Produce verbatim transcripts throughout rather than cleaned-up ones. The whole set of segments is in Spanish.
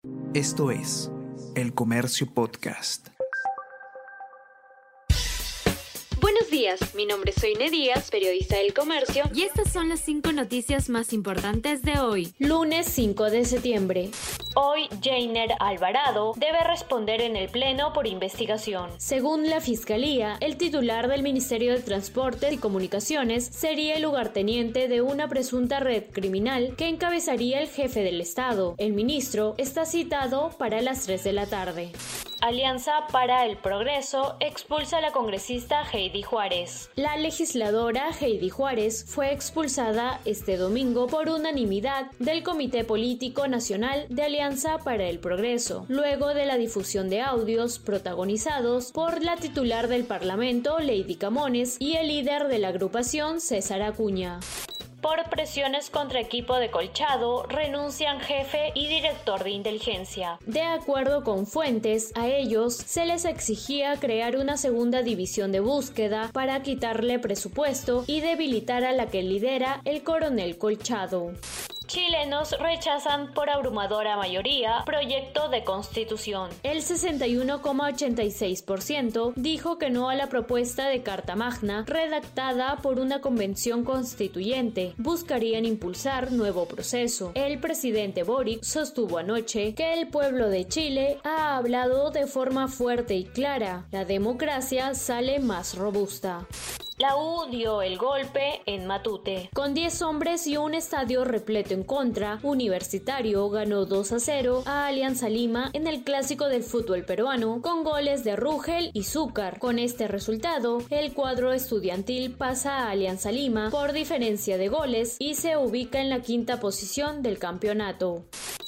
Esto es El Comercio Podcast. Buenos días, mi nombre es Soine Díaz, periodista del Comercio, y estas son las cinco noticias más importantes de hoy, lunes cinco de septiembre. Hoy, Jainer Alvarado debe responder en el Pleno por investigación. Según la Fiscalía, el titular del Ministerio de Transportes y Comunicaciones sería el lugarteniente de una presunta red criminal que encabezaría el jefe del Estado. El ministro está citado para las tres de la tarde. Alianza para el Progreso expulsa a la congresista Heidi Juárez. La legisladora Heidi Juárez fue expulsada este domingo por unanimidad del Comité Político Nacional de Alianza para el Progreso, luego de la difusión de audios protagonizados por la titular del Parlamento, Lady Camones, y el líder de la agrupación, César Acuña. Por presiones contra equipo de Colchado, renuncian jefe y director de inteligencia. De acuerdo con fuentes, a ellos se les exigía crear una segunda división de búsqueda para quitarle presupuesto y debilitar a la que lidera el coronel Colchado. Chilenos rechazan por abrumadora mayoría proyecto de constitución. El sesenta y uno coma ochenta y seis por ciento dijo que no a la propuesta de Carta Magna redactada por una convención constituyente. Buscarían impulsar nuevo proceso. El presidente Boric sostuvo anoche que el pueblo de Chile ha hablado de forma fuerte y clara. La democracia sale más robusta. La U dio el golpe en Matute. Con diez hombres y un estadio repleto en contra, Universitario ganó dos a cero a Alianza Lima en el clásico del fútbol peruano, con goles de Rugel y Zúcar. Con este resultado, el cuadro estudiantil pasa a Alianza Lima por diferencia de goles y se ubica en la quinta posición del campeonato.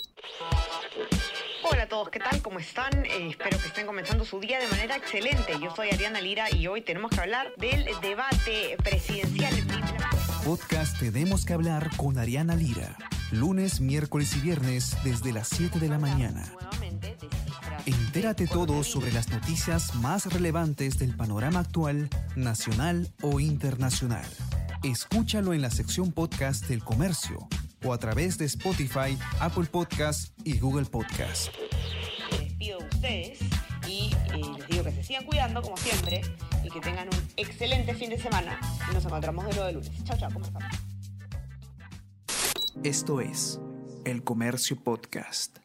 Hola a todos, ¿qué tal? ¿Cómo están? Eh, espero que estén comenzando su día de manera excelente. Yo soy Ariana Lira y hoy tenemos que hablar del debate presidencial. Podcast Tenemos que hablar con Ariana Lira. Lunes, miércoles y viernes desde las siete de la mañana. Entérate todo sobre las noticias más relevantes del panorama actual, nacional o internacional. Escúchalo en la sección podcast del Comercio o a través de Spotify, Apple Podcasts y Google Podcasts. Me despido de ustedes y eh, les digo que se sigan cuidando como siempre y que tengan un excelente fin de semana y nos encontramos de nuevo el lunes. Chao, chao, ¿cómo están? Esto es El Comercio Podcast.